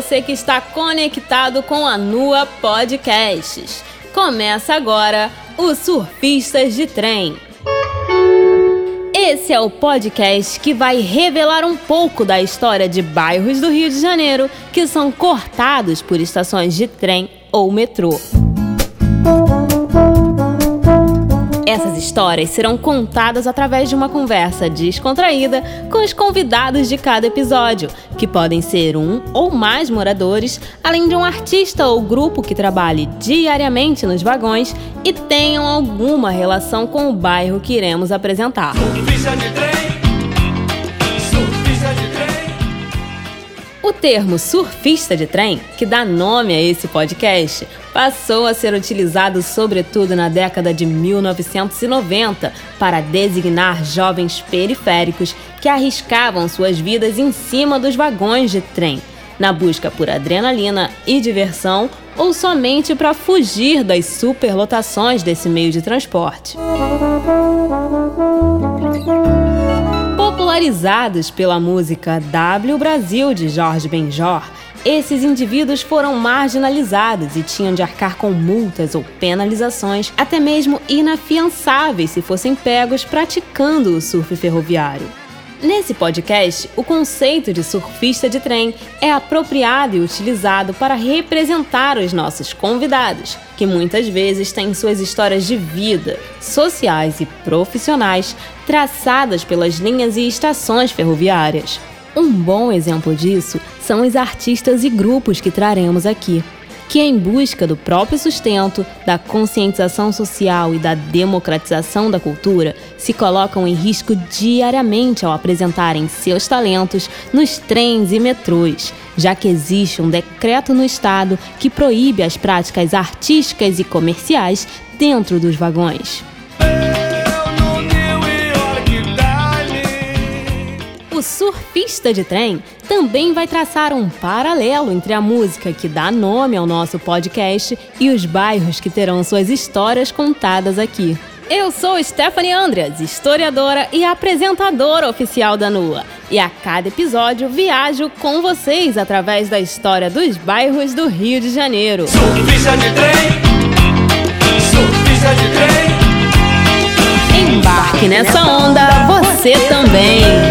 você que está conectado com a NUA Podcasts. Começa agora o Surfistas de Trem. Esse é o podcast que vai revelar um pouco da história de bairros do Rio de Janeiro que são cortados por estações de trem ou metrô. Essas histórias serão contadas através de uma conversa descontraída com os convidados de cada episódio, que podem ser um ou mais moradores, além de um artista ou grupo que trabalhe diariamente nos vagões e tenham alguma relação com o bairro que iremos apresentar. Surfista de trem, surfista de trem. O termo surfista de trem, que dá nome a esse podcast, passou a ser utilizado sobretudo na década de 1990 para designar jovens periféricos que arriscavam suas vidas em cima dos vagões de trem, na busca por adrenalina e diversão ou somente para fugir das superlotações desse meio de transporte. Popularizados pela música W Brasil de Jorge Benjor, esses indivíduos foram marginalizados e tinham de arcar com multas ou penalizações, até mesmo inafiançáveis se fossem pegos praticando o surf ferroviário. Nesse podcast, o conceito de surfista de trem é apropriado e utilizado para representar os nossos convidados, que muitas vezes têm suas histórias de vida, sociais e profissionais, traçadas pelas linhas e estações ferroviárias. Um bom exemplo disso são os artistas e grupos que traremos aqui, que em busca do próprio sustento, da conscientização social e da democratização da cultura, se colocam em risco diariamente ao apresentarem seus talentos nos trens e metrôs, já que existe um decreto no Estado que proíbe as práticas artísticas e comerciais dentro dos vagões. O surfista de trem também vai traçar um paralelo entre a música que dá nome ao nosso podcast e os bairros que terão suas histórias contadas aqui. Eu sou Stephanie Andreas, historiadora e apresentadora oficial da NUA. E a cada episódio viajo com vocês através da história dos bairros do Rio de Janeiro. Surfista de trem, surfista de trem. Embarque nessa onda, você também!